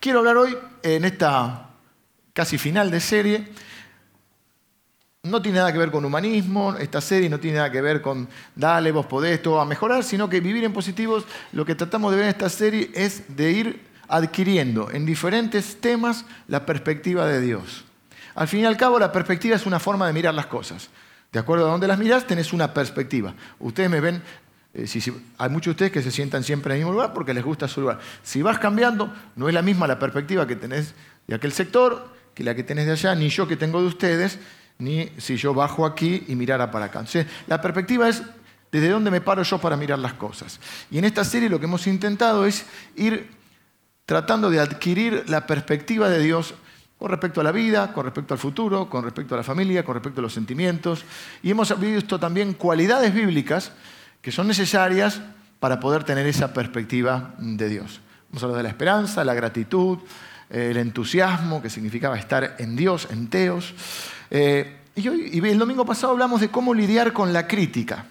quiero hablar hoy, en esta casi final de serie, no tiene nada que ver con humanismo, esta serie no tiene nada que ver con dale, vos podés, todo va a mejorar, sino que vivir en positivos, lo que tratamos de ver en esta serie es de ir adquiriendo en diferentes temas la perspectiva de Dios. Al fin y al cabo, la perspectiva es una forma de mirar las cosas. De acuerdo a dónde las mirás, tenés una perspectiva. Ustedes me ven, hay muchos de ustedes que se sientan siempre en el mismo lugar porque les gusta su lugar. Si vas cambiando, no es la misma la perspectiva que tenés de aquel sector que la que tenés de allá, ni yo que tengo de ustedes, ni si yo bajo aquí y mirara para acá. Entonces, la perspectiva es desde dónde me paro yo para mirar las cosas. Y en esta serie lo que hemos intentado es ir tratando de adquirir la perspectiva de Dios con respecto a la vida, con respecto al futuro, con respecto a la familia, con respecto a los sentimientos. Y hemos visto también cualidades bíblicas que son necesarias para poder tener esa perspectiva de Dios. Hemos hablado de la esperanza, la gratitud, el entusiasmo, que significaba estar en Dios, en Teos. Y el domingo pasado hablamos de cómo lidiar con la crítica,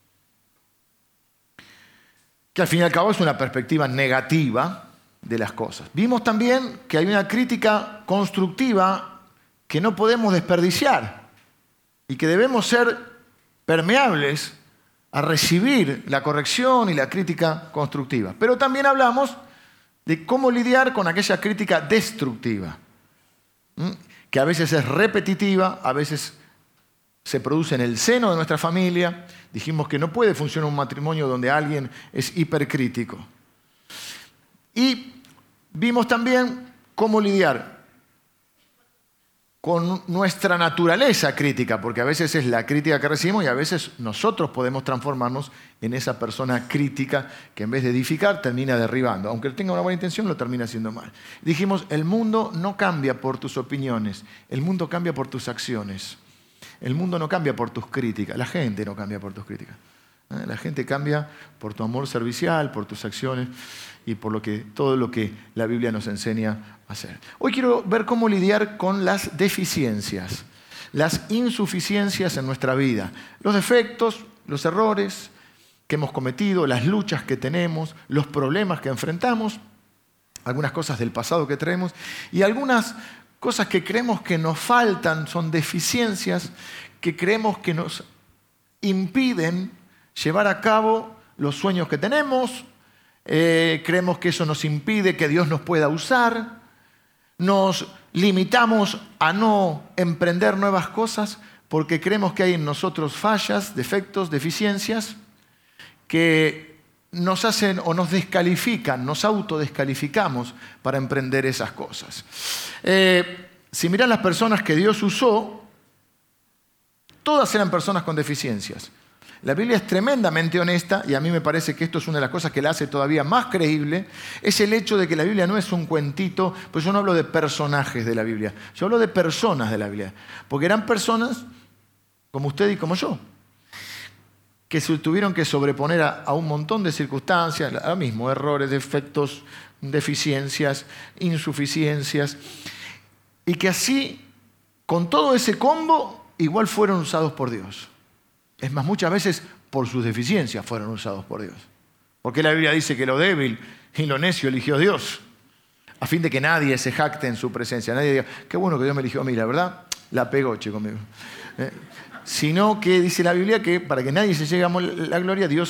que al fin y al cabo es una perspectiva negativa de las cosas. Vimos también que hay una crítica constructiva que no podemos desperdiciar y que debemos ser permeables a recibir la corrección y la crítica constructiva. Pero también hablamos de cómo lidiar con aquella crítica destructiva, que a veces es repetitiva, a veces se produce en el seno de nuestra familia. Dijimos que no puede funcionar un matrimonio donde alguien es hipercrítico. Y vimos también cómo lidiar con nuestra naturaleza crítica, porque a veces es la crítica que recibimos y a veces nosotros podemos transformarnos en esa persona crítica que en vez de edificar termina derribando. Aunque tenga una buena intención, lo termina haciendo mal. Dijimos, el mundo no cambia por tus opiniones, el mundo cambia por tus acciones. El mundo no cambia por tus críticas, la gente no cambia por tus críticas. La gente cambia por tu amor servicial, por tus acciones y por todo lo que la Biblia nos enseña a hacer. Hoy quiero ver cómo lidiar con las deficiencias, las insuficiencias en nuestra vida, los defectos, los errores que hemos cometido, las luchas que tenemos, los problemas que enfrentamos, algunas cosas del pasado que traemos y algunas cosas que creemos que nos faltan, son deficiencias que creemos que nos impiden llevar a cabo los sueños que tenemos, creemos que eso nos impide que Dios nos pueda usar, nos limitamos a no emprender nuevas cosas porque creemos que hay en nosotros fallas, defectos, deficiencias que nos hacen o nos descalifican, nos autodescalificamos para emprender esas cosas. Si miran las personas que Dios usó, todas eran personas con deficiencias. La Biblia es tremendamente honesta y a mí me parece que esto es una de las cosas que la hace todavía más creíble, es el hecho de que la Biblia no es un cuentito, pues yo no hablo de personajes de la Biblia, yo hablo de personas de la Biblia, porque eran personas como usted y como yo, que se tuvieron que sobreponer a un montón de circunstancias, ahora mismo, errores, defectos, deficiencias, insuficiencias, y que así, con todo ese combo, igual fueron usados por Dios. Es más, muchas veces por sus deficiencias fueron usados por Dios. Porque la Biblia dice que lo débil y lo necio eligió Dios, a fin de que nadie se jacte en su presencia. Nadie diga, qué bueno que Dios me eligió a mí, la verdad, la pegó, che, conmigo. Sino que dice la Biblia que para que nadie se llegue a la gloria, Dios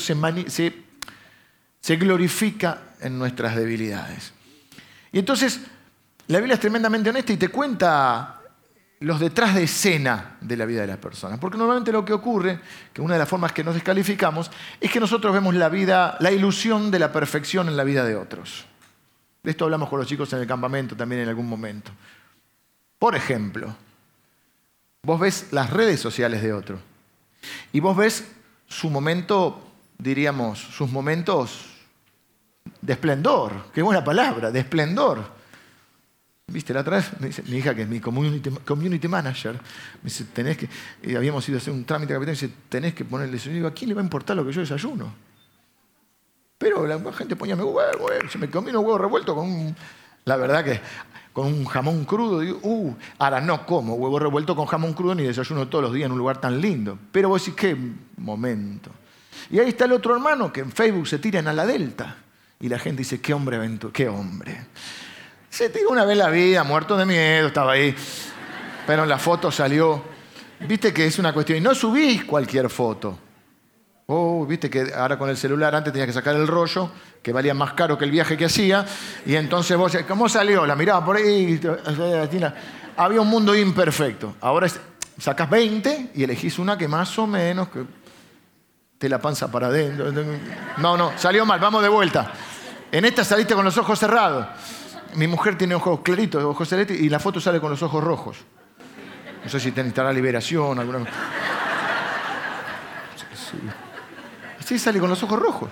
se glorifica en nuestras debilidades. Y entonces, la Biblia es tremendamente honesta y te cuenta los detrás de escena de la vida de las personas. Porque normalmente lo que ocurre, que una de las formas que nos descalificamos, es que nosotros vemos la vida, la ilusión de la perfección en la vida de otros. De esto hablamos con los chicos en el campamento también en algún momento. Por ejemplo, vos ves las redes sociales de otro y vos ves su momento, diríamos, sus momentos de esplendor. Qué buena palabra, de esplendor. ¿Viste? La otra vez me dice mi hija, que es mi community manager, me dice, habíamos ido a hacer un trámite capital, y dice, tenés que ponerle eso. Y digo, ¿a quién le va a importar lo que yo desayuno? Pero la gente ponía mi huevo, se me comí unos huevos revueltos la verdad que con un jamón crudo. Digo, ahora no como huevo revuelto con jamón crudo ni desayuno todos los días en un lugar tan lindo. Pero vos decís, qué momento. Y ahí está el otro hermano que en Facebook se tiran a la Delta. Y la gente dice, qué hombre aventurero, qué hombre. Se tiró una vez la vida, muerto de miedo, estaba ahí. Pero en la foto salió. Viste que es una cuestión. Y no subís cualquier foto. Viste que ahora con el celular antes tenía que sacar el rollo, que valía más caro que el viaje que hacía. Y entonces vos, ¿cómo salió? La miraba por ahí. Había un mundo imperfecto. Ahora sacás 20 y elegís una que más o menos... que te la panza para adentro. No, salió mal, vamos de vuelta. En esta saliste con los ojos cerrados. Mi mujer tiene ojos claritos, ojos celestes, y la foto sale con los ojos rojos. No sé si necesitará liberación, alguna cosa. Sí. Así sale con los ojos rojos.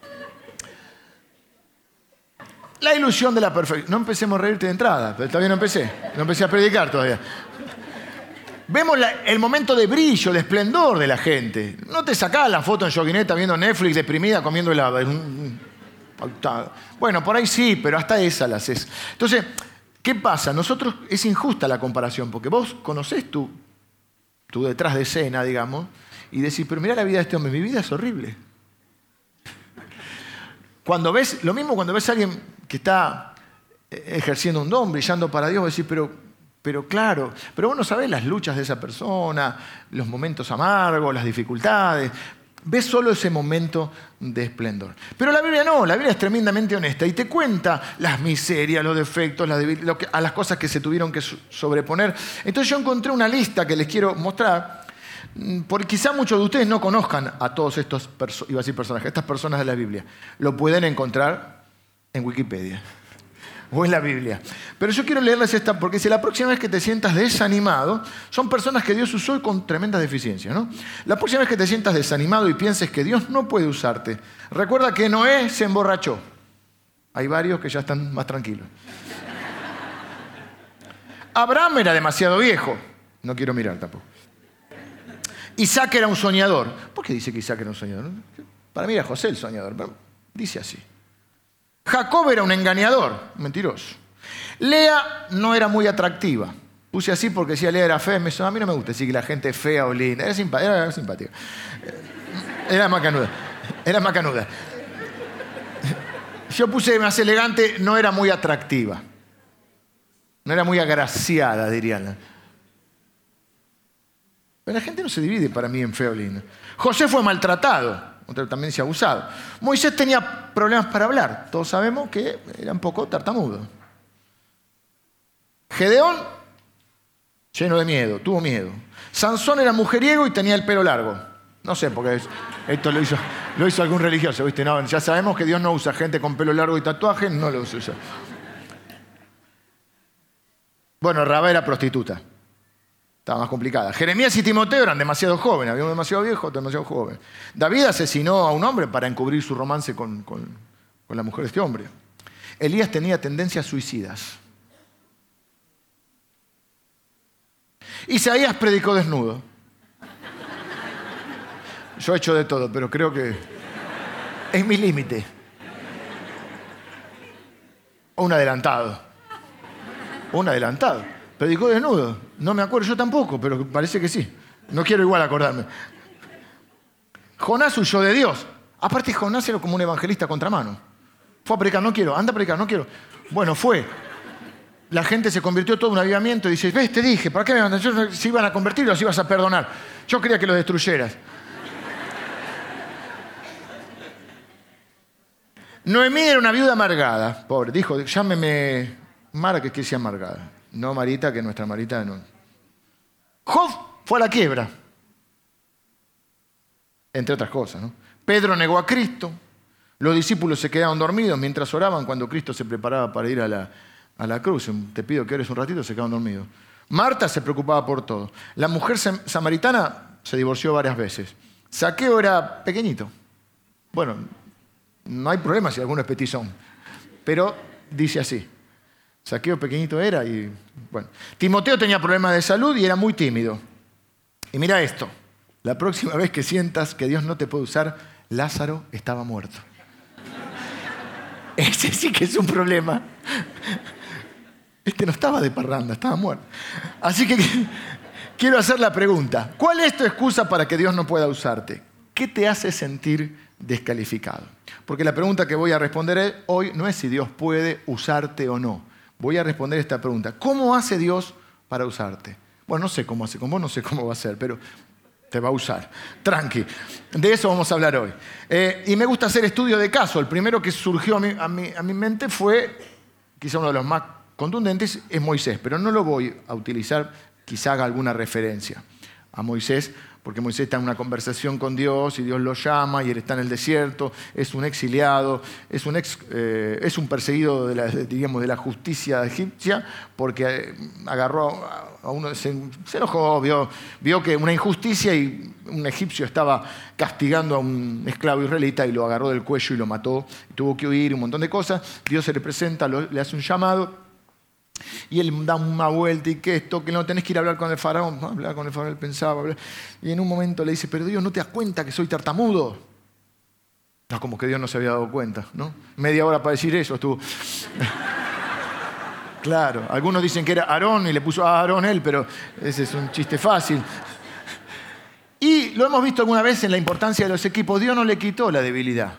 La ilusión de la perfección. No empecemos a reírte de entrada, pero todavía no empecé a predicar todavía. Vemos el momento de brillo, de esplendor de la gente. No te sacás la foto en joguineta viendo Netflix deprimida comiendo helado. Bueno, por ahí sí, pero hasta esa la haces. Entonces, ¿qué pasa? Es injusta la comparación, porque vos conocés tu detrás de escena, digamos, y decís, pero mirá la vida de este hombre, mi vida es horrible. Lo mismo cuando ves a alguien que está ejerciendo un don, brillando para Dios, vos decís, pero claro, pero vos no sabés las luchas de esa persona, los momentos amargos, las dificultades. Ves solo ese momento de esplendor. Pero la Biblia no, la Biblia es tremendamente honesta y te cuenta las miserias, los defectos, a las cosas que se tuvieron que sobreponer. Entonces yo encontré una lista que les quiero mostrar, porque quizá muchos de ustedes no conozcan a todos estos personajes, estas personas de la Biblia. Lo pueden encontrar en Wikipedia o en la Biblia. Pero yo quiero leerles esta, porque si la próxima vez que te sientas desanimado, son personas que Dios usó y con tremendas deficiencias, ¿no? La próxima vez que te sientas desanimado y pienses que Dios no puede usarte, recuerda que Noé se emborrachó. Hay varios que ya están más tranquilos. Abraham era demasiado viejo. No quiero mirar tampoco. Isaac era un soñador. ¿Por qué dice que Isaac era un soñador? Para mí era José el soñador, pero dice así. Jacob era un engañador, mentiroso. Lea no era muy atractiva. Puse así porque decía Lea era fea. A mí no me gusta decir que la gente es fea o linda. Era simpática. Era macanuda. Yo puse más elegante, no era muy atractiva. No era muy agraciada, dirían. Pero la gente no se divide para mí en feo o lindo. José fue maltratado. También se ha abusado. Moisés tenía problemas para hablar. Todos sabemos que era un poco tartamudo. Gedeón, lleno de miedo, tuvo miedo. Sansón era mujeriego y tenía el pelo largo. No sé, porque esto lo hizo algún religioso, ¿viste? No, ya sabemos que Dios no usa gente con pelo largo y tatuajes, no lo usa. Bueno, Rabá era prostituta. Estaba más complicada. Jeremías y Timoteo eran demasiado jóvenes. Había uno demasiado viejo, otro demasiado joven. David asesinó a un hombre para encubrir su romance con la mujer de este hombre. Elías tenía tendencias suicidas. Isaías predicó desnudo. Yo he hecho de todo, pero creo que es mi límite. Un adelantado. Predicó desnudo. No me acuerdo, yo tampoco, pero parece que sí. No quiero igual acordarme. Jonás huyó de Dios. Aparte, Jonás era como un evangelista contramano. Fue a predicar, no quiero. Anda a predicar, no quiero. Bueno, fue. La gente se convirtió todo en un avivamiento y dice, ves, te dije, ¿para qué me mandan? Yo, si iban a convertir, los ibas a perdonar. Yo quería que los destruyeras. Noemí era una viuda amargada. Pobre, dijo, llámeme Mara, que sea amargada. No Marita, que nuestra Marita no. Job fue a la quiebra. Entre otras cosas, ¿no? Pedro negó a Cristo. Los discípulos se quedaron dormidos mientras oraban cuando Cristo se preparaba para ir a la cruz. Te pido que ores un ratito, se quedaron dormidos. Marta se preocupaba por todo. La mujer samaritana se divorció varias veces. Zaqueo era pequeñito. Bueno, no hay problema si alguno es petizón. Pero dice así. Zaqueo pequeñito era y bueno. Timoteo tenía problemas de salud y era muy tímido. Y mira esto. La próxima vez que sientas que Dios no te puede usar, Lázaro estaba muerto. Ese sí que es un problema. Este no estaba de parranda, estaba muerto. Así que quiero hacer la pregunta. ¿Cuál es tu excusa para que Dios no pueda usarte? ¿Qué te hace sentir descalificado? Porque la pregunta que voy a responder hoy no es si Dios puede usarte o no. voy a responder esta pregunta. ¿Cómo hace Dios para usarte? Bueno, no sé cómo hace, con vos no sé cómo va a ser, pero te va a usar. Tranqui. De eso vamos a hablar hoy. Y me gusta hacer estudio de caso. El primero que surgió a mi mente fue, quizá uno de los más contundentes, es Moisés. Pero no lo voy a utilizar, quizá haga alguna referencia a Moisés, porque Moisés está en una conversación con Dios y Dios lo llama y él está en el desierto, es un exiliado, es un perseguido de la justicia egipcia, porque agarró a uno, se enojó, vio que una injusticia y un egipcio estaba castigando a un esclavo israelita y lo agarró del cuello y lo mató, tuvo que huir, un montón de cosas. Dios se le presenta, le hace un llamado. Y él da una vuelta y que esto, que no tenés que ir a hablar con el faraón. No, hablar con el faraón, él pensaba. Y en un momento le dice, pero Dios, ¿no te das cuenta que soy tartamudo? No, como que Dios no se había dado cuenta, ¿no? Media hora para decir eso estuvo. Claro, algunos dicen que era Aarón y le puso a Aarón él, pero ese es un chiste fácil. Y lo hemos visto alguna vez en la importancia de los equipos. Dios no le quitó la debilidad.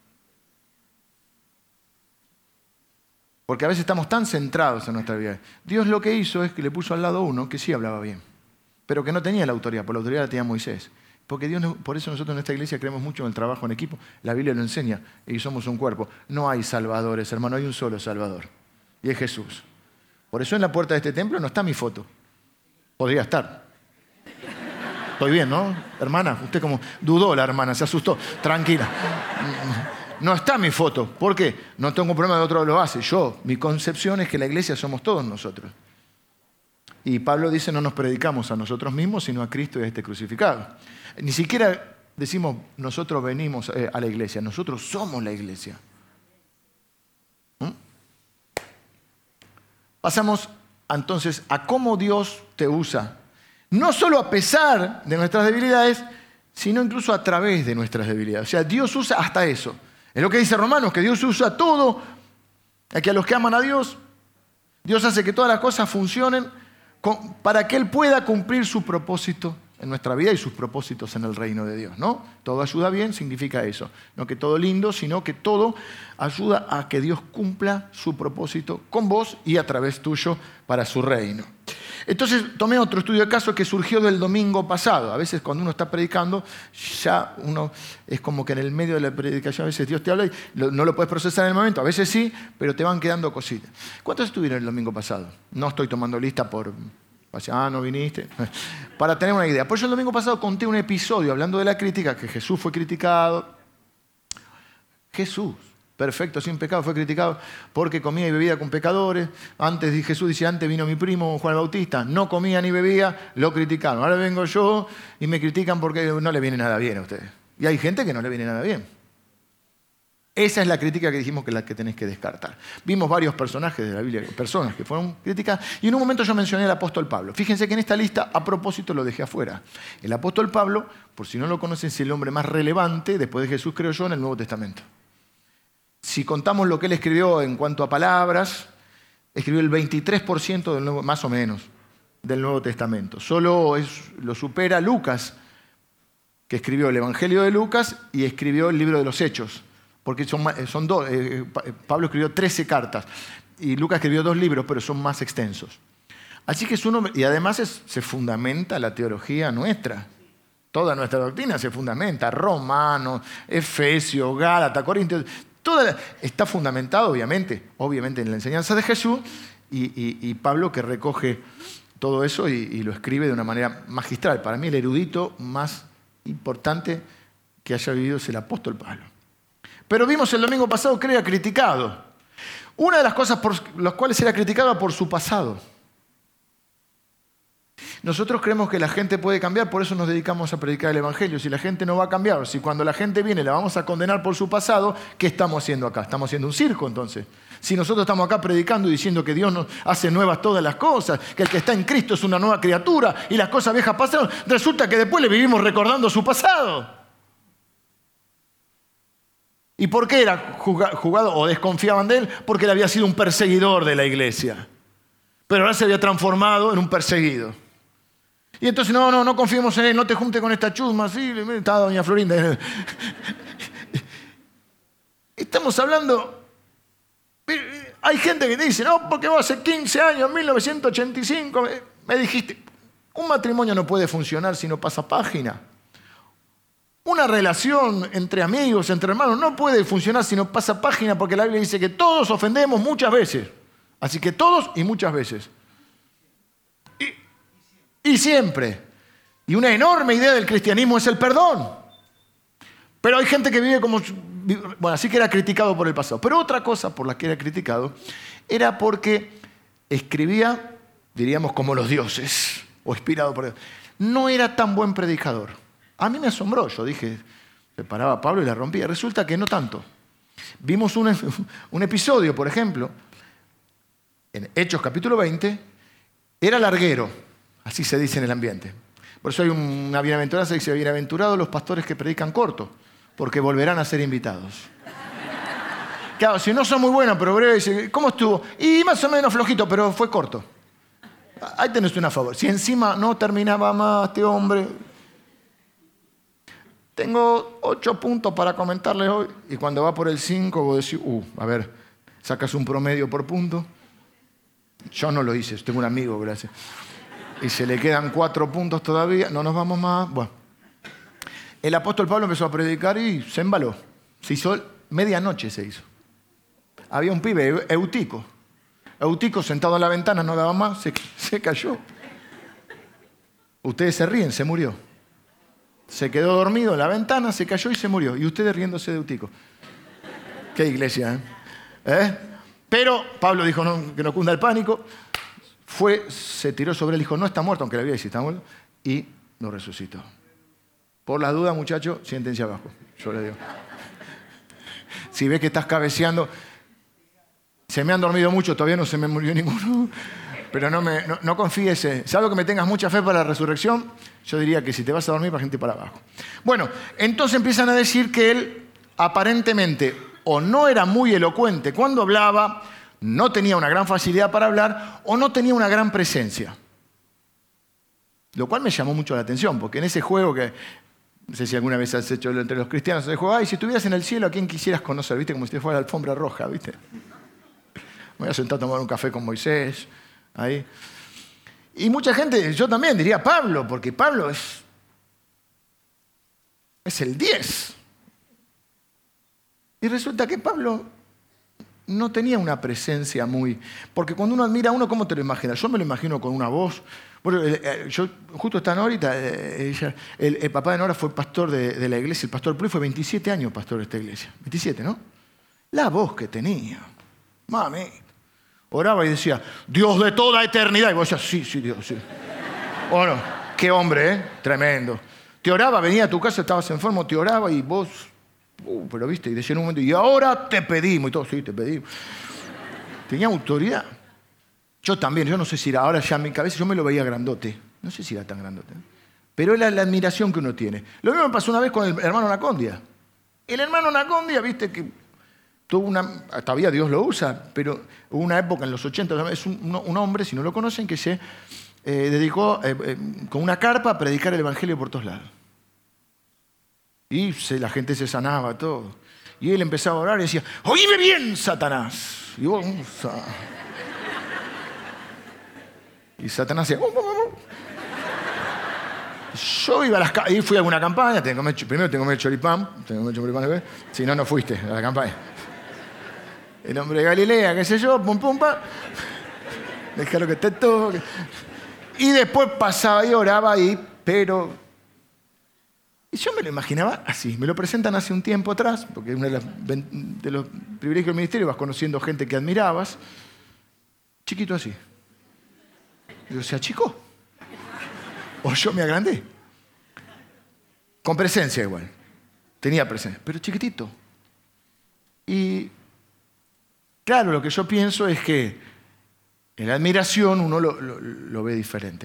Porque a veces estamos tan centrados en nuestra vida. Dios lo que hizo es que le puso al lado uno que sí hablaba bien, pero que no tenía la autoridad, por la autoridad la tenía Moisés. Porque Dios, por eso nosotros en esta iglesia creemos mucho en el trabajo en equipo. La Biblia lo enseña y somos un cuerpo. No hay salvadores, hermano, hay un solo Salvador. Y es Jesús. Por eso en la puerta de este templo no está mi foto. Podría estar. Estoy bien, ¿no? Hermana, usted como dudó la hermana, se asustó. Tranquila. No está mi foto. ¿Por qué? No tengo problema de otro lo hace. Mi concepción es que la iglesia somos todos nosotros. Y Pablo dice, no nos predicamos a nosotros mismos, sino a Cristo y a este crucificado. Ni siquiera decimos, nosotros venimos a la iglesia. Nosotros somos la iglesia. Pasamos entonces a cómo Dios te usa. No solo a pesar de nuestras debilidades, sino incluso a través de nuestras debilidades. O sea, Dios usa hasta eso. Es lo que dice Romanos, que Dios usa todo, que a los que aman a Dios, Dios hace que todas las cosas funcionen para que Él pueda cumplir su propósito en nuestra vida y sus propósitos en el reino de Dios, ¿no? Todo ayuda bien significa eso. No que todo lindo, sino que todo ayuda a que Dios cumpla su propósito con vos y a través tuyo para su reino. Entonces tomé otro estudio de caso que surgió del domingo pasado. A veces cuando uno está predicando, ya uno es como que en el medio de la predicación a veces Dios te habla y no lo puedes procesar en el momento. A veces sí, pero te van quedando cositas. ¿Cuántos estuvieron el domingo pasado? No estoy tomando lista por... no viniste. Para tener una idea. Por eso el domingo pasado conté un episodio hablando de la crítica, que Jesús fue criticado. Jesús, perfecto, sin pecado, fue criticado porque comía y bebía con pecadores. Jesús dice, antes vino mi primo Juan el Bautista, no comía ni bebía, lo criticaron. Ahora vengo yo y me critican porque no le viene nada bien a ustedes. Y hay gente que no le viene nada bien. Esa es la crítica que dijimos que es la que tenés que descartar. Vimos varios personajes de la Biblia, personas que fueron criticadas, y en un momento yo mencioné al apóstol Pablo. Fíjense que en esta lista, a propósito, lo dejé afuera. El apóstol Pablo, por si no lo conocen, es el hombre más relevante después de Jesús, creo yo, en el Nuevo Testamento. Si contamos lo que él escribió en cuanto a palabras, escribió el 23% del Nuevo, más o menos, del Nuevo Testamento. Solo lo supera Lucas, que escribió el Evangelio de Lucas y escribió el libro de los Hechos. Porque son dos. Pablo escribió 13 cartas y Lucas escribió 2 libros, pero son más extensos. Así que es un hombre, y además se fundamenta la teología nuestra. Toda nuestra doctrina se fundamenta. Romanos, Efesios, Gálatas, Corintios. Está fundamentado, obviamente en la enseñanza de Jesús y Pablo que recoge todo eso y lo escribe de una manera magistral. Para mí el erudito más importante que haya vivido es el apóstol Pablo. Pero vimos el domingo pasado que era criticado. Una de las cosas por las cuales era criticado por su pasado. Nosotros creemos que la gente puede cambiar, por eso nos dedicamos a predicar el Evangelio. Si la gente no va a cambiar, si cuando la gente viene la vamos a condenar por su pasado, ¿qué estamos haciendo acá? Estamos haciendo un circo entonces. Si nosotros estamos acá predicando y diciendo que Dios nos hace nuevas todas las cosas, que el que está en Cristo es una nueva criatura y las cosas viejas pasaron, resulta que después le vivimos recordando su pasado. ¿Y por qué era juzgado o desconfiaban de él? Porque él había sido un perseguidor de la iglesia. Pero ahora se había transformado en un perseguido. Y entonces, no confiemos en él, no te juntes con esta chusma. Sí, estaba doña Florinda. Estamos hablando... Hay gente que dice, no, porque vos hace 15 años, en 1985, me dijiste, un matrimonio no puede funcionar si no pasa página. Una relación entre amigos, entre hermanos, no puede funcionar si no pasa página, porque la Biblia dice que todos ofendemos muchas veces. Así que todos y muchas veces. Y siempre. Y una enorme idea del cristianismo es el perdón. Pero hay gente que vive como... Bueno, así que era criticado por el pasado. Pero otra cosa por la que era criticado era porque escribía, diríamos, como los dioses, o inspirado por Dios. No era tan buen predicador. A mí me asombró. Yo dije, se paraba a Pablo y la rompía. Resulta que no tanto. Vimos un episodio, por ejemplo, en Hechos capítulo 20, era larguero, así se dice en el ambiente. Por eso hay una bienaventuranza que dice, bienaventurados los pastores que predican corto, porque volverán a ser invitados. Claro, si no son muy buenos, pero breve, dice, ¿cómo estuvo? Y más o menos flojito, pero fue corto. Ahí tenés una favor. Si encima no terminaba más este hombre... Tengo 8 puntos para comentarles hoy. Y cuando va por el 5, vos decís, a ver, sacas un promedio por punto. Yo no lo hice, tengo un amigo, gracias. Y se le quedan 4 puntos todavía, no nos vamos más. Bueno, el apóstol Pablo empezó a predicar y se embaló. Se hizo, medianoche se hizo. Había un pibe, Eutico. Eutico sentado en la ventana, no daba más, se cayó. Ustedes se ríen, se murió. Se quedó dormido en la ventana, se cayó y se murió. Y ustedes riéndose de Eutico. Qué iglesia, ¿eh? Pero Pablo dijo que no cunda el pánico. Se tiró sobre él, dijo, no está muerto, aunque la Biblia dice está muerto, y lo resucitó. Por las dudas, muchachos, siéntense abajo. Yo le digo. Si ves que estás cabeceando, se me han dormido mucho, todavía no se me murió ninguno. Pero no confíes, salvo que me tengas mucha fe para la resurrección, yo diría que si te vas a dormir, para gente para abajo. Bueno, entonces empiezan a decir que él aparentemente o no era muy elocuente cuando hablaba, no tenía una gran facilidad para hablar o no tenía una gran presencia. Lo cual me llamó mucho la atención, porque en ese juego que, no sé si alguna vez has hecho entre los cristianos, ese juego, si estuvieras en el cielo, ¿a quién quisieras conocer? ¿Viste? Como si te fuera la alfombra roja, ¿viste? Me voy a sentar a tomar un café con Moisés. Ahí. Y mucha gente, yo también diría Pablo, porque Pablo es el 10. Y resulta que Pablo no tenía una presencia muy... Porque cuando uno admira a uno, ¿cómo te lo imaginas? Yo me lo imagino con una voz. Bueno, yo justo esta Norita, el papá de Nora fue pastor de la iglesia, el pastor Pluy fue 27 años pastor de esta iglesia. 27, ¿no? La voz que tenía. Mami. Oraba y decía, Dios de toda eternidad. Y vos decías, sí, Dios, sí. ¿O no? Qué hombre, ¿eh? Tremendo. Te oraba, venía a tu casa, estabas enfermo, te oraba y vos... pero viste, y decía en un momento, y ahora te pedimos. Y todo, sí, te pedimos. Tenía autoridad. Yo también, yo no sé si era, ahora ya en mi cabeza, yo me lo veía grandote. No sé si era tan grandote. Pero era la admiración que uno tiene. Lo mismo me pasó una vez con el hermano Nacondia. El hermano Nacondia, viste que... todavía Dios lo usa, pero hubo una época en los 80, es un hombre, si no lo conocen, que se dedicó con una carpa a predicar el evangelio por todos lados. Y la gente se sanaba, todo. Y él empezaba a orar y decía, oíme bien, Satanás. Y Satanás decía, Yo iba a las calles, y fui a alguna campaña, primero tengo que comer choripán, si no, no fuiste a la campaña. El hombre de Galilea, qué sé yo, pum, pum, pa. Déjalo que esté todo. Y después pasaba y oraba ahí, pero... Y yo me lo imaginaba así. Me lo presentan hace un tiempo atrás, porque uno de los privilegios del ministerio, vas conociendo gente que admirabas. Chiquito así. Y yo, ¿se achicó? O yo me agrandé. Con presencia igual. Tenía presencia, pero chiquitito. Y claro, lo que yo pienso es que en la admiración uno lo ve diferente.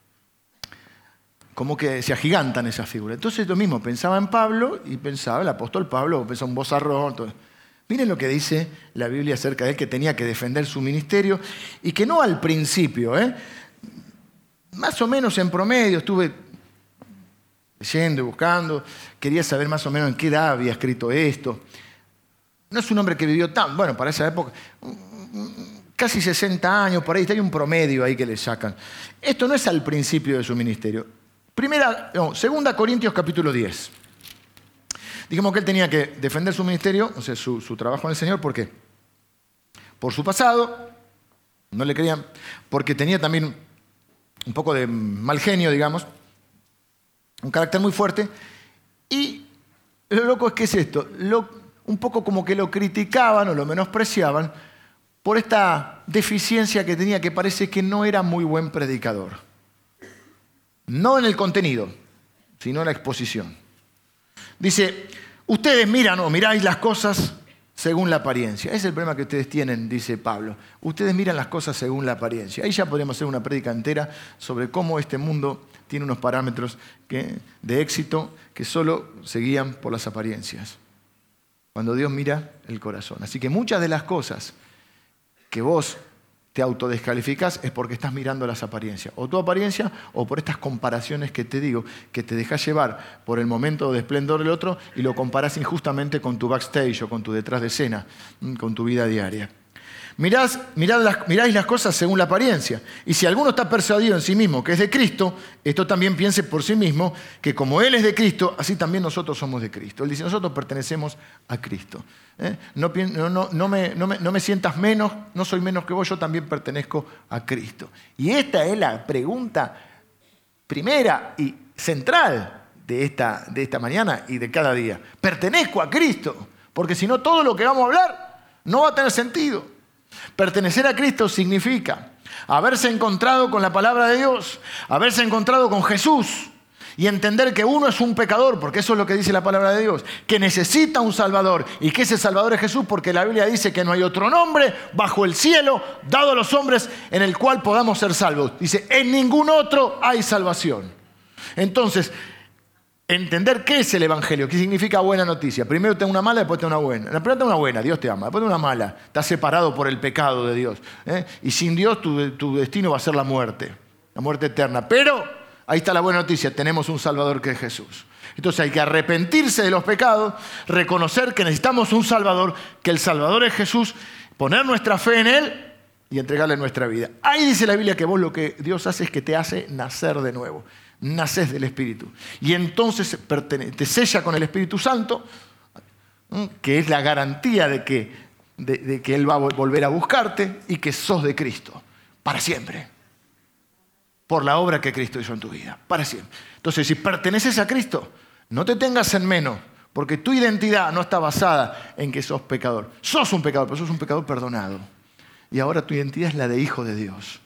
Como que se agigantan esas figuras. Entonces lo mismo, pensaba en Pablo y pensaba el apóstol Pablo, pensaba en vozarrón. Todo. Miren lo que dice la Biblia acerca de él, que tenía que defender su ministerio y que no al principio, más o menos en promedio estuve leyendo y buscando, quería saber más o menos en qué edad había escrito esto. No es un hombre que vivió tan, bueno, para esa época, casi 60 años, por ahí, hay un promedio ahí que le sacan. Esto no es al principio de su ministerio. Segunda Corintios capítulo 10. Dijimos que él tenía que defender su ministerio, o sea, su trabajo en el Señor, ¿por qué? Por su pasado, no le creían, porque tenía también un poco de mal genio, digamos, un carácter muy fuerte, y lo loco es que es esto, un poco como que lo criticaban o lo menospreciaban por esta deficiencia que tenía, que parece que no era muy buen predicador. No en el contenido, sino en la exposición. Dice, ustedes miran o miráis las cosas según la apariencia. Ese es el problema que ustedes tienen, dice Pablo. Ustedes miran las cosas según la apariencia. Ahí ya podríamos hacer una prédica entera sobre cómo este mundo tiene unos parámetros de éxito que solo se guían por las apariencias. Cuando Dios mira el corazón. Así que muchas de las cosas que vos te autodescalificás es porque estás mirando las apariencias. O tu apariencia o por estas comparaciones que te digo, que te dejas llevar por el momento de esplendor del otro y lo comparás injustamente con tu backstage o con tu detrás de escena, con tu vida diaria. Miráis las cosas según la apariencia. Y si alguno está persuadido en sí mismo que es de Cristo, esto también piense por sí mismo que como Él es de Cristo, así también nosotros somos de Cristo. Él dice, nosotros pertenecemos a Cristo. No me sientas menos, no soy menos que vos, yo también pertenezco a Cristo. Y esta es la pregunta primera y central de esta mañana y de cada día. ¿Pertenezco a Cristo? Porque si no, todo lo que vamos a hablar no va a tener sentido. Pertenecer a Cristo significa haberse encontrado con la palabra de Dios, haberse encontrado con Jesús y entender que uno es un pecador, porque eso es lo que dice la palabra de Dios, que necesita un Salvador y que ese Salvador es Jesús, porque la Biblia dice que no hay otro nombre bajo el cielo dado a los hombres en el cual podamos ser salvos. Dice, en ningún otro hay salvación. Entonces, entender qué es el Evangelio, qué significa buena noticia. Primero tengo una mala, después tengo una buena. La primera tengo una buena, Dios te ama. Después tengo una mala, estás separado por el pecado de Dios. Y sin Dios tu destino va a ser la muerte eterna. Pero ahí está la buena noticia, tenemos un Salvador que es Jesús. Entonces hay que arrepentirse de los pecados, reconocer que necesitamos un Salvador, que el Salvador es Jesús, poner nuestra fe en Él y entregarle nuestra vida. Ahí dice la Biblia que vos lo que Dios hace es que te hace nacer de nuevo. Nacés del Espíritu. Y entonces te sella con el Espíritu Santo, que es la garantía de que Él va a volver a buscarte y que sos de Cristo para siempre. Por la obra que Cristo hizo en tu vida, para siempre. Entonces, si perteneces a Cristo, no te tengas en menos, porque tu identidad no está basada en que sos pecador. Sos un pecador, pero sos un pecador perdonado. Y ahora tu identidad es la de hijo de Dios.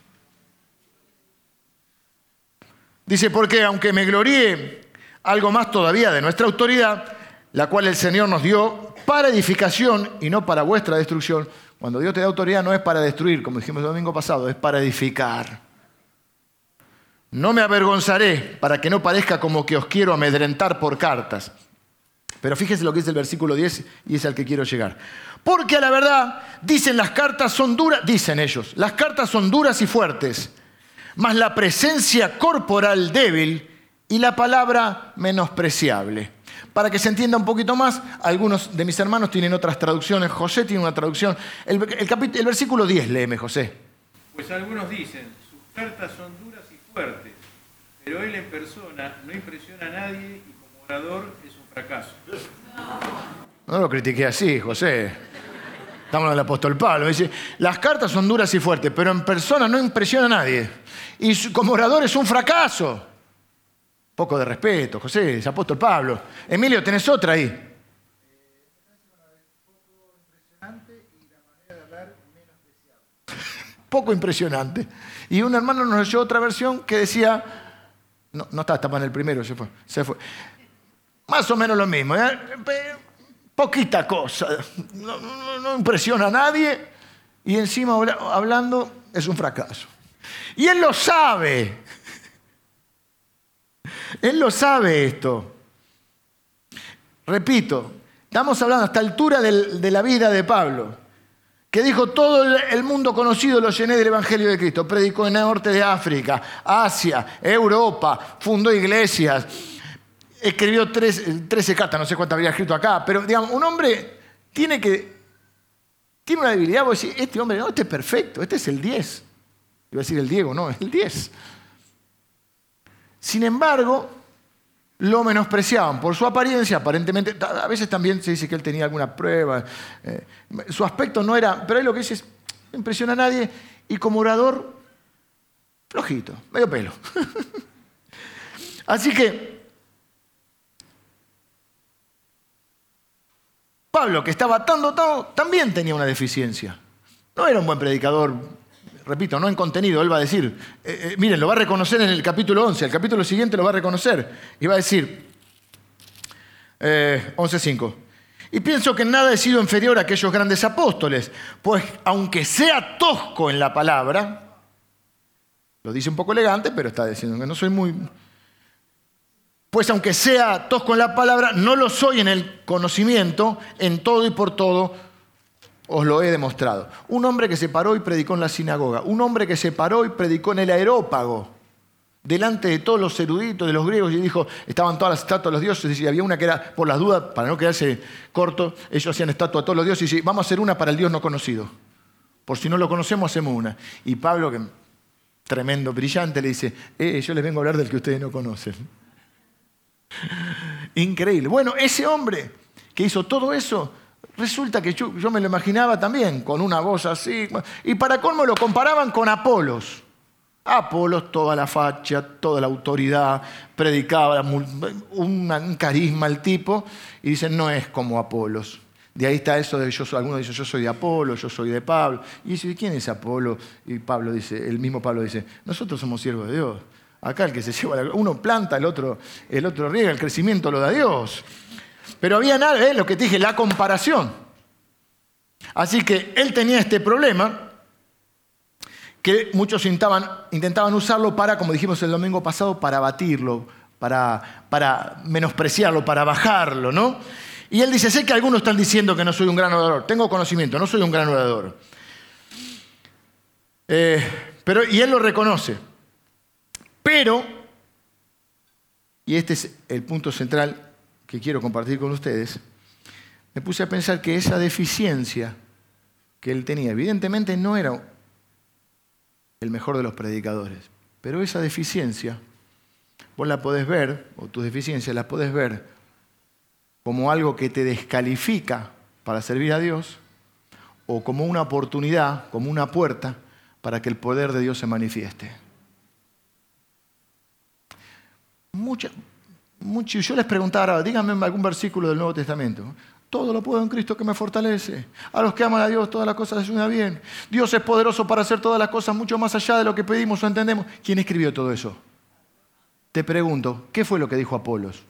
Dice, porque aunque me gloríe algo más todavía de nuestra autoridad, la cual el Señor nos dio para edificación y no para vuestra destrucción. Cuando Dios te da autoridad no es para destruir, como dijimos el domingo pasado, es para edificar. No me avergonzaré para que no parezca como que os quiero amedrentar por cartas. Pero fíjense lo que dice el versículo 10 y es al que quiero llegar. Porque a la verdad, dicen las cartas son duras, dicen ellos, las cartas son duras y fuertes, mas la presencia corporal débil y la palabra menospreciable. Para que se entienda un poquito más, algunos de mis hermanos tienen otras traducciones. José tiene una traducción. El versículo 10, léeme, José. Pues algunos dicen, sus cartas son duras y fuertes, pero él en persona no impresiona a nadie y como orador es un fracaso. No lo critiqué así, José. Estamos en el apóstol Pablo. Dice, las cartas son duras y fuertes, pero en persona no impresiona a nadie. Y como orador es un fracaso. Poco de respeto, José, es apóstol Pablo. Emilio, ¿tenés otra ahí? Poco impresionante y la manera de hablar menos deseable. Poco impresionante. Y un hermano nos leyó otra versión que decía, no estaba en el primero, se fue. Más o menos lo mismo, poquita cosa, no impresiona a nadie y encima hablando es un fracaso. Y él lo sabe. Él lo sabe esto. Repito, estamos hablando a esta altura de la vida de Pablo, que dijo, todo el mundo conocido lo llené del Evangelio de Cristo. Predicó en el norte de África, Asia, Europa, fundó iglesias, escribió 13 cartas, no sé cuántas habría escrito acá, pero digamos, un hombre tiene que tiene una debilidad, vos decís, este hombre, no, este es perfecto, este es el 10. Iba a decir el Diego, no, es el 10. Sin embargo, lo menospreciaban por su apariencia, aparentemente, a veces también se dice que él tenía alguna prueba, su aspecto no era, pero ahí lo que dice es, no impresiona a nadie, y como orador, flojito, medio pelo. Así que Pablo, que estaba tan dotado, también tenía una deficiencia. No era un buen predicador, repito, no en contenido. Él va a decir, miren, lo va a reconocer en el capítulo 11, el capítulo siguiente lo va a reconocer. Y va a decir, 11:5. Y pienso que en nada he sido inferior a aquellos grandes apóstoles, pues aunque sea tosco en la palabra, lo dice un poco elegante, pero está diciendo que no soy muy... Pues aunque sea tosco en la palabra, no lo soy en el conocimiento, en todo y por todo os lo he demostrado. Un hombre que se paró y predicó en la sinagoga, un hombre que se paró y predicó en el Areópago, delante de todos los eruditos de los griegos, y dijo, estaban todas las estatuas de los dioses, y había una que era, por las dudas, para no quedarse corto, ellos hacían estatua a todos los dioses, y dice, vamos a hacer una para el Dios no conocido. Por si no lo conocemos, hacemos una. Y Pablo, que tremendo, brillante, le dice, yo les vengo a hablar del que ustedes no conocen. Increíble. Bueno, ese hombre que hizo todo eso, resulta que yo me lo imaginaba también, con una voz así, y para colmo lo comparaban con Apolos. Apolos, toda la facha, toda la autoridad, predicaba, un carisma el tipo, y dicen, no es como Apolos. De ahí está eso de algunos dicen, yo soy de Apolo, yo soy de Pablo. Y dice, ¿quién es Apolo? Y Pablo dice, el mismo Pablo dice, nosotros somos siervos de Dios. Acá el que se lleva, uno planta, el otro riega, el crecimiento lo da Dios. Pero había nada, lo que te dije, la comparación. Así que él tenía este problema, que muchos intentaban usarlo para, como dijimos el domingo pasado, para abatirlo, para menospreciarlo, para bajarlo, ¿no? Y él dice, sé que algunos están diciendo que no soy un gran orador, tengo conocimiento, no soy un gran orador. Y él lo reconoce. Pero, y este es el punto central que quiero compartir con ustedes, me puse a pensar que esa deficiencia que él tenía, evidentemente no era el mejor de los predicadores, pero esa deficiencia, vos la podés ver, o tus deficiencias las podés ver como algo que te descalifica para servir a Dios, o como una oportunidad, como una puerta para que el poder de Dios se manifieste. Yo les preguntara, díganme algún versículo del Nuevo Testamento. Todo lo puedo en Cristo que me fortalece. A los que aman a Dios, todas las cosas les suenan bien. Dios es poderoso para hacer todas las cosas mucho más allá de lo que pedimos o entendemos. ¿Quién escribió todo eso? Te pregunto, ¿qué fue lo que dijo Apolos?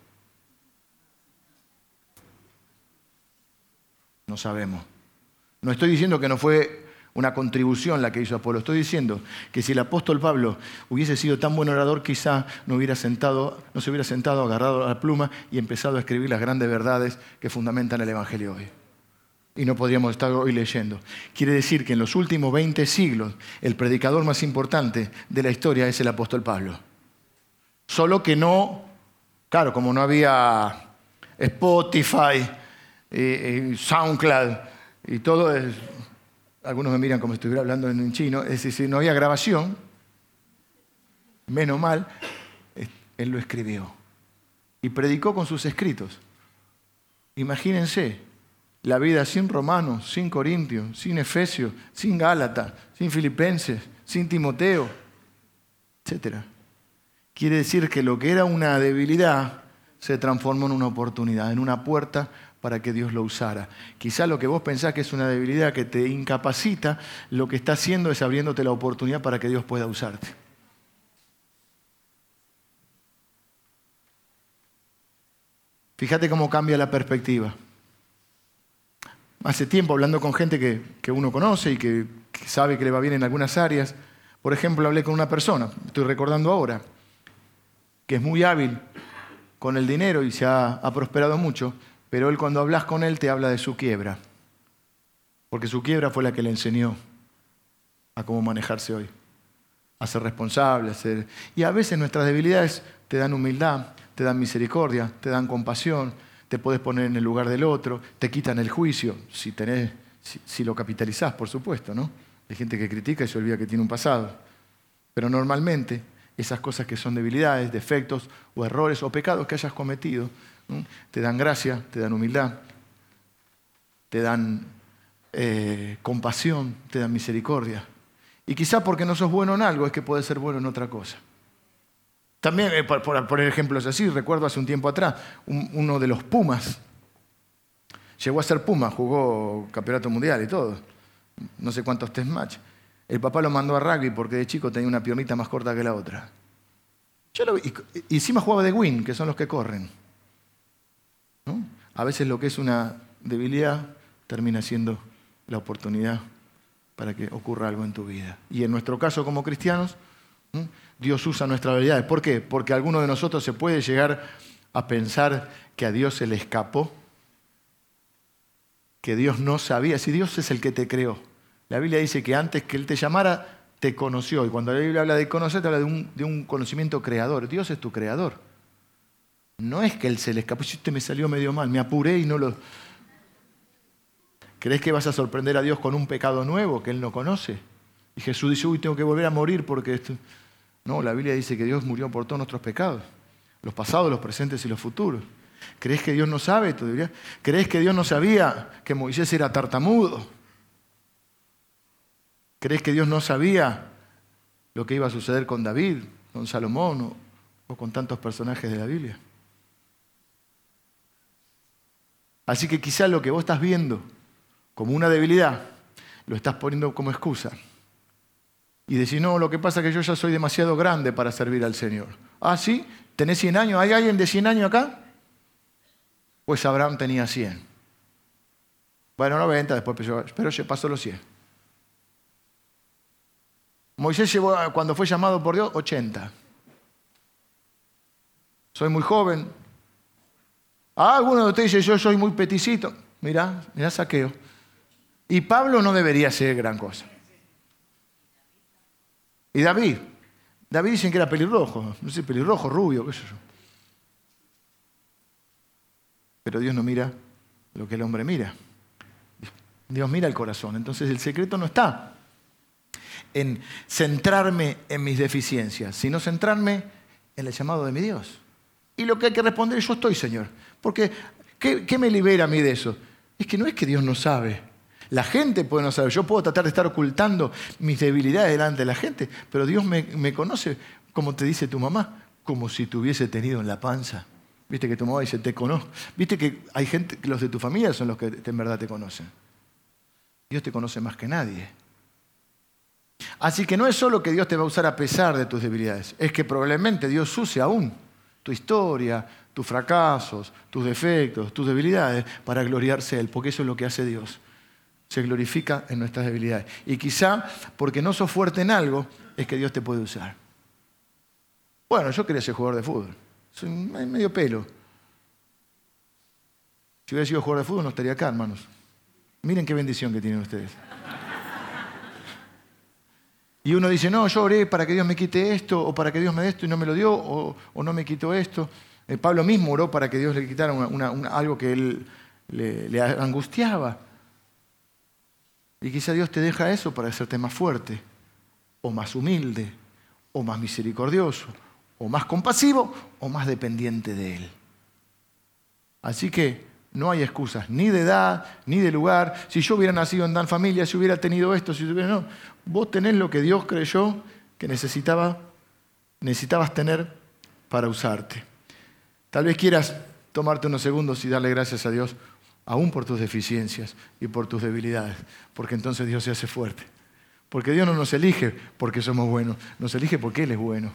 No sabemos. No estoy diciendo que no fue una contribución la que hizo Apolo. Estoy diciendo que si el apóstol Pablo hubiese sido tan buen orador, quizá no se hubiera sentado, agarrado a la pluma y empezado a escribir las grandes verdades que fundamentan el Evangelio hoy. Y no podríamos estar hoy leyendo. Quiere decir que en los últimos 20 siglos, el predicador más importante de la historia es el apóstol Pablo. Solo que no, claro, como no había Spotify, SoundCloud y todo eso. Algunos me miran como si estuviera hablando en chino. Es decir, no había grabación. Menos mal, él lo escribió. Y predicó con sus escritos. Imagínense, la vida sin Romanos, sin Corintios, sin Efesios, sin Gálatas, sin Filipenses, sin Timoteo, etc. Quiere decir que lo que era una debilidad se transformó en una oportunidad, en una puerta para que Dios lo usara. Quizá lo que vos pensás que es una debilidad que te incapacita, lo que está haciendo es abriéndote la oportunidad para que Dios pueda usarte. Fíjate cómo cambia la perspectiva. Hace tiempo, hablando con gente que uno conoce y que sabe que le va bien en algunas áreas, por ejemplo, hablé con una persona, estoy recordando ahora, que es muy hábil con el dinero y se ha prosperado mucho, pero él cuando hablas con él te habla de su quiebra, porque su quiebra fue la que le enseñó a cómo manejarse hoy, a ser responsable, Y a veces nuestras debilidades te dan humildad, te dan misericordia, te dan compasión, te puedes poner en el lugar del otro, te quitan el juicio, si tenés si lo capitalizás, por supuesto, ¿no? Hay gente que critica y se olvida que tiene un pasado. Pero normalmente esas cosas que son debilidades, defectos o errores o pecados que hayas cometido, ¿no? Te dan gracia, te dan humildad, te dan compasión, te dan misericordia. Y quizá porque no sos bueno en algo es que podés ser bueno en otra cosa. También, por poner ejemplos así, recuerdo hace un tiempo atrás, uno de los Pumas, llegó a ser Puma, jugó campeonato mundial y todo, no sé cuántos test match. El papá lo mandó a rugby porque de chico tenía una piernita más corta que la otra. Yo lo vi, y encima jugaba de wing, que son los que corren, ¿no? A veces lo que es una debilidad termina siendo la oportunidad para que ocurra algo en tu vida. Y en nuestro caso como cristianos, ¿no? Dios usa nuestras habilidades. ¿Por qué? Porque alguno de nosotros se puede llegar a pensar que a Dios se le escapó, que Dios no sabía. Si Dios es el que te creó. La Biblia dice que antes que Él te llamara, te conoció. Y cuando la Biblia habla de conocer, te habla de un conocimiento creador. Dios es tu creador. No es que Él se le escapó. Si me salió medio mal, me apuré y no lo... ¿Crees que vas a sorprender a Dios con un pecado nuevo que Él no conoce? Y Jesús dice, uy, tengo que volver a morir porque... No, la Biblia dice que Dios murió por todos nuestros pecados. Los pasados, los presentes y los futuros. ¿Crees que Dios no sabe? ¿Crees que Dios no sabía que Moisés era tartamudo? ¿Crees que Dios no sabía lo que iba a suceder con David, con Salomón o con tantos personajes de la Biblia? Así que quizás lo que vos estás viendo como una debilidad, lo estás poniendo como excusa. Y decís, no, lo que pasa es que yo ya soy demasiado grande para servir al Señor. Ah, ¿sí? ¿Tenés 100 años? ¿Hay alguien de 100 años acá? Pues Abraham tenía 100. Bueno, 90, después pero pasó los 100. Moisés llevó, cuando fue llamado por Dios, 80. Soy muy joven. Ah, alguno de ustedes dice, yo soy muy peticito. Mirá Saqueo. Y Pablo no debería ser gran cosa. Y David dicen que era pelirrojo, no sé, pelirrojo, rubio, qué sé yo. Pero Dios no mira lo que el hombre mira. Dios mira el corazón. Entonces el secreto no está en centrarme en mis deficiencias, sino centrarme en el llamado de mi Dios. Y lo que hay que responder es, yo estoy, Señor. Porque, ¿qué me libera a mí de eso? Es que no es que Dios no sabe. La gente puede no saber. Yo puedo tratar de estar ocultando mis debilidades delante de la gente, pero Dios me conoce, como te dice tu mamá, como si te hubiese tenido en la panza. Viste que tu mamá dice, te conozco. Viste que hay gente, que los de tu familia son los que en verdad te conocen. Dios te conoce más que nadie. Así que no es solo que Dios te va a usar a pesar de tus debilidades, es que probablemente Dios use aún tu historia, tus fracasos, tus defectos, tus debilidades, para gloriarse Él, porque eso es lo que hace Dios. Se glorifica en nuestras debilidades. Y quizá porque no sos fuerte en algo, es que Dios te puede usar. Bueno, yo quería ser jugador de fútbol. Soy medio pelo. Si hubiera sido jugador de fútbol no estaría acá, hermanos. Miren qué bendición que tienen ustedes. Y uno dice, no, yo oré para que Dios me quite esto, o para que Dios me dé esto y no me lo dio, o no me quitó esto. Pablo mismo oró para que Dios le quitara algo que él le angustiaba. Y quizá Dios te deja eso para hacerte más fuerte, o más humilde, o más misericordioso, o más compasivo, o más dependiente de Él. Así que no hay excusas, ni de edad, ni de lugar. Si yo hubiera nacido en tal familia, si hubiera tenido esto, si hubiera... No, vos tenés lo que Dios creyó que necesitabas tener para usarte. Tal vez quieras tomarte unos segundos y darle gracias a Dios aún por tus deficiencias y por tus debilidades, porque entonces Dios se hace fuerte. Porque Dios no nos elige porque somos buenos, nos elige porque Él es bueno.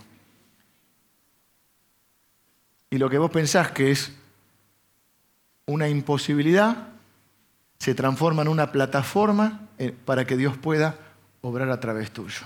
Y lo que vos pensás que es una imposibilidad, se transforma en una plataforma para que Dios pueda obrar a través tuyo.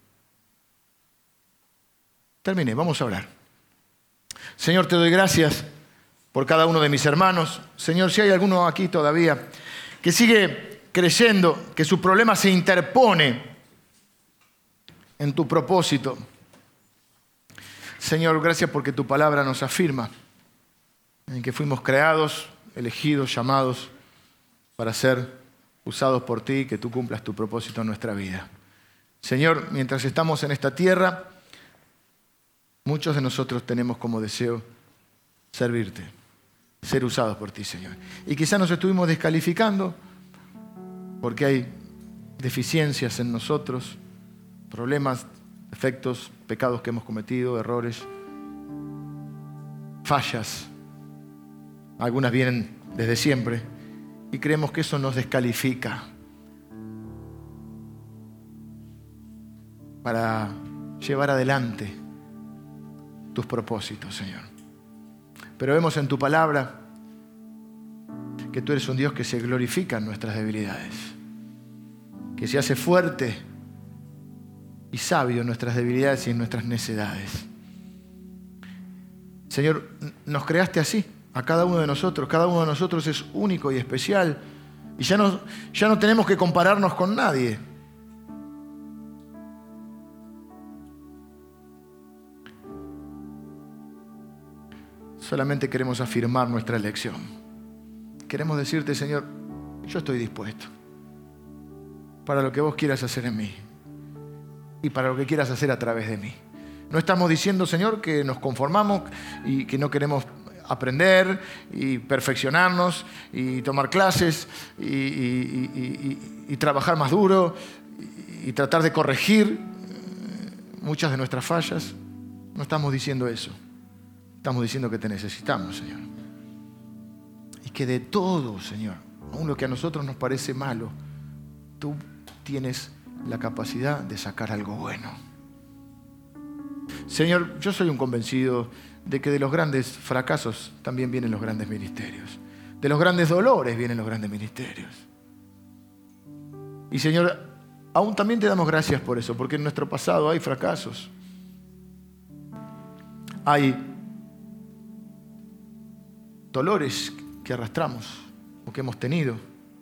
Terminé, vamos a orar. Señor, te doy gracias por cada uno de mis hermanos. Señor, si hay alguno aquí todavía que sigue creyendo que su problema se interpone en tu propósito. Señor, gracias porque tu palabra nos afirma en que fuimos creados, elegidos, llamados para ser usados por ti, que tú cumplas tu propósito en nuestra vida. Señor, mientras estamos en esta tierra, muchos de nosotros tenemos como deseo servirte, ser usados por ti, Señor. Y quizás nos estuvimos descalificando porque hay deficiencias en nosotros, problemas, defectos, pecados que hemos cometido, errores, fallas. Algunas vienen desde siempre y creemos que eso nos descalifica para llevar adelante tus propósitos, Señor. Pero vemos en tu palabra que tú eres un Dios que se glorifica en nuestras debilidades, que se hace fuerte y sabio en nuestras debilidades y en nuestras necedades. Señor, nos creaste así, a cada uno de nosotros. Cada uno de nosotros es único y especial. Y ya no tenemos que compararnos con nadie. Solamente queremos afirmar nuestra elección. Queremos decirte, Señor, yo estoy dispuesto para lo que vos quieras hacer en mí y para lo que quieras hacer a través de mí. No estamos diciendo, Señor, que nos conformamos y que no queremos aprender y perfeccionarnos y tomar clases y trabajar más duro y tratar de corregir muchas de nuestras fallas. No estamos diciendo eso. Estamos diciendo que te necesitamos, Señor. Y que de todo, Señor, aun lo que a nosotros nos parece malo, tú tienes la capacidad de sacar algo bueno. Señor, yo soy un convencido de que de los grandes fracasos también vienen los grandes ministerios. De los grandes dolores vienen los grandes ministerios. Y Señor, aún también te damos gracias por eso, porque en nuestro pasado hay fracasos. Hay dolores que arrastramos o que hemos tenido.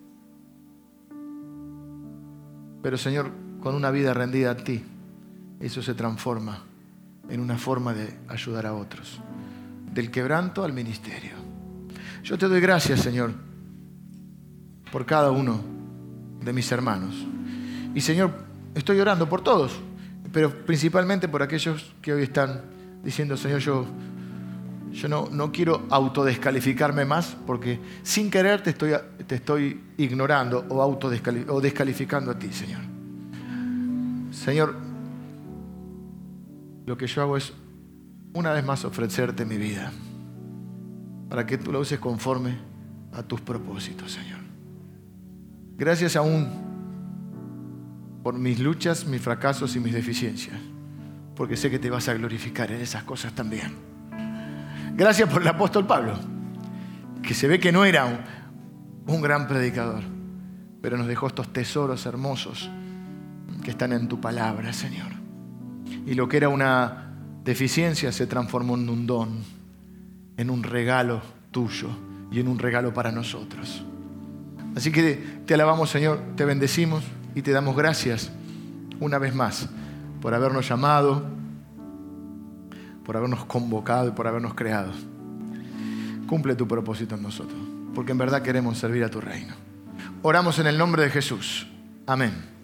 Pero Señor, con una vida rendida a ti, eso se transforma en una forma de ayudar a otros. Del quebranto al ministerio. Yo te doy gracias, Señor, por cada uno de mis hermanos. Y Señor, estoy orando por todos, pero principalmente por aquellos que hoy están diciendo, Señor, yo no quiero autodescalificarme más, porque sin querer te estoy ignorando o descalificando a ti, Señor. Señor, lo que yo hago es, una vez más, ofrecerte mi vida para que tú la uses conforme a tus propósitos, Señor. Gracias aún por mis luchas, mis fracasos y mis deficiencias, porque sé que te vas a glorificar en esas cosas también. Gracias por el apóstol Pablo, que se ve que no era un gran predicador, pero nos dejó estos tesoros hermosos que están en tu palabra, Señor. Y lo que era una deficiencia se transformó en un don, en un regalo tuyo y en un regalo para nosotros. Así que te alabamos, Señor, te bendecimos y te damos gracias una vez más por habernos llamado, por habernos convocado y por habernos creado. Cumple tu propósito en nosotros, porque en verdad queremos servir a tu reino. Oramos en el nombre de Jesús. Amén.